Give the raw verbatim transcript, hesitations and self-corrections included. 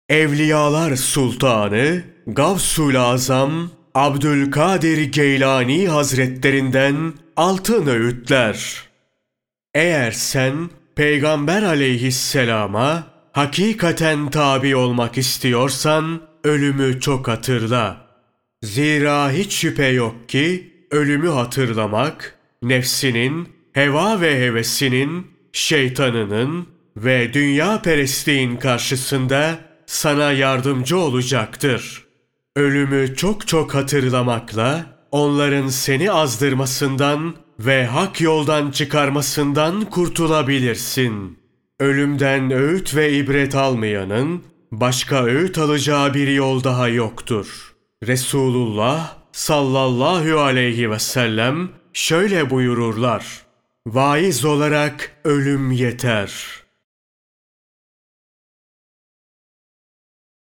Evliyalar Sultanı Gavsul Azam Abdülkadir Geylani Hazretlerinden altın öğütler. Eğer sen Peygamber aleyhisselama hakikaten tabi olmak istiyorsan ölümü çok hatırla. Zira hiç şüphe yok ki ölümü hatırlamak nefsinin, heva ve hevesinin, şeytanının ve dünya perestliğin karşısında sana yardımcı olacaktır. Ölümü çok çok hatırlamakla onların seni azdırmasından ve hak yoldan çıkarmasından kurtulabilirsin. Ölümden öğüt ve ibret almayanın başka öğüt alacağı bir yol daha yoktur. Resulullah sallallahu aleyhi ve sellem şöyle buyururlar: vaiz olarak ölüm yeter.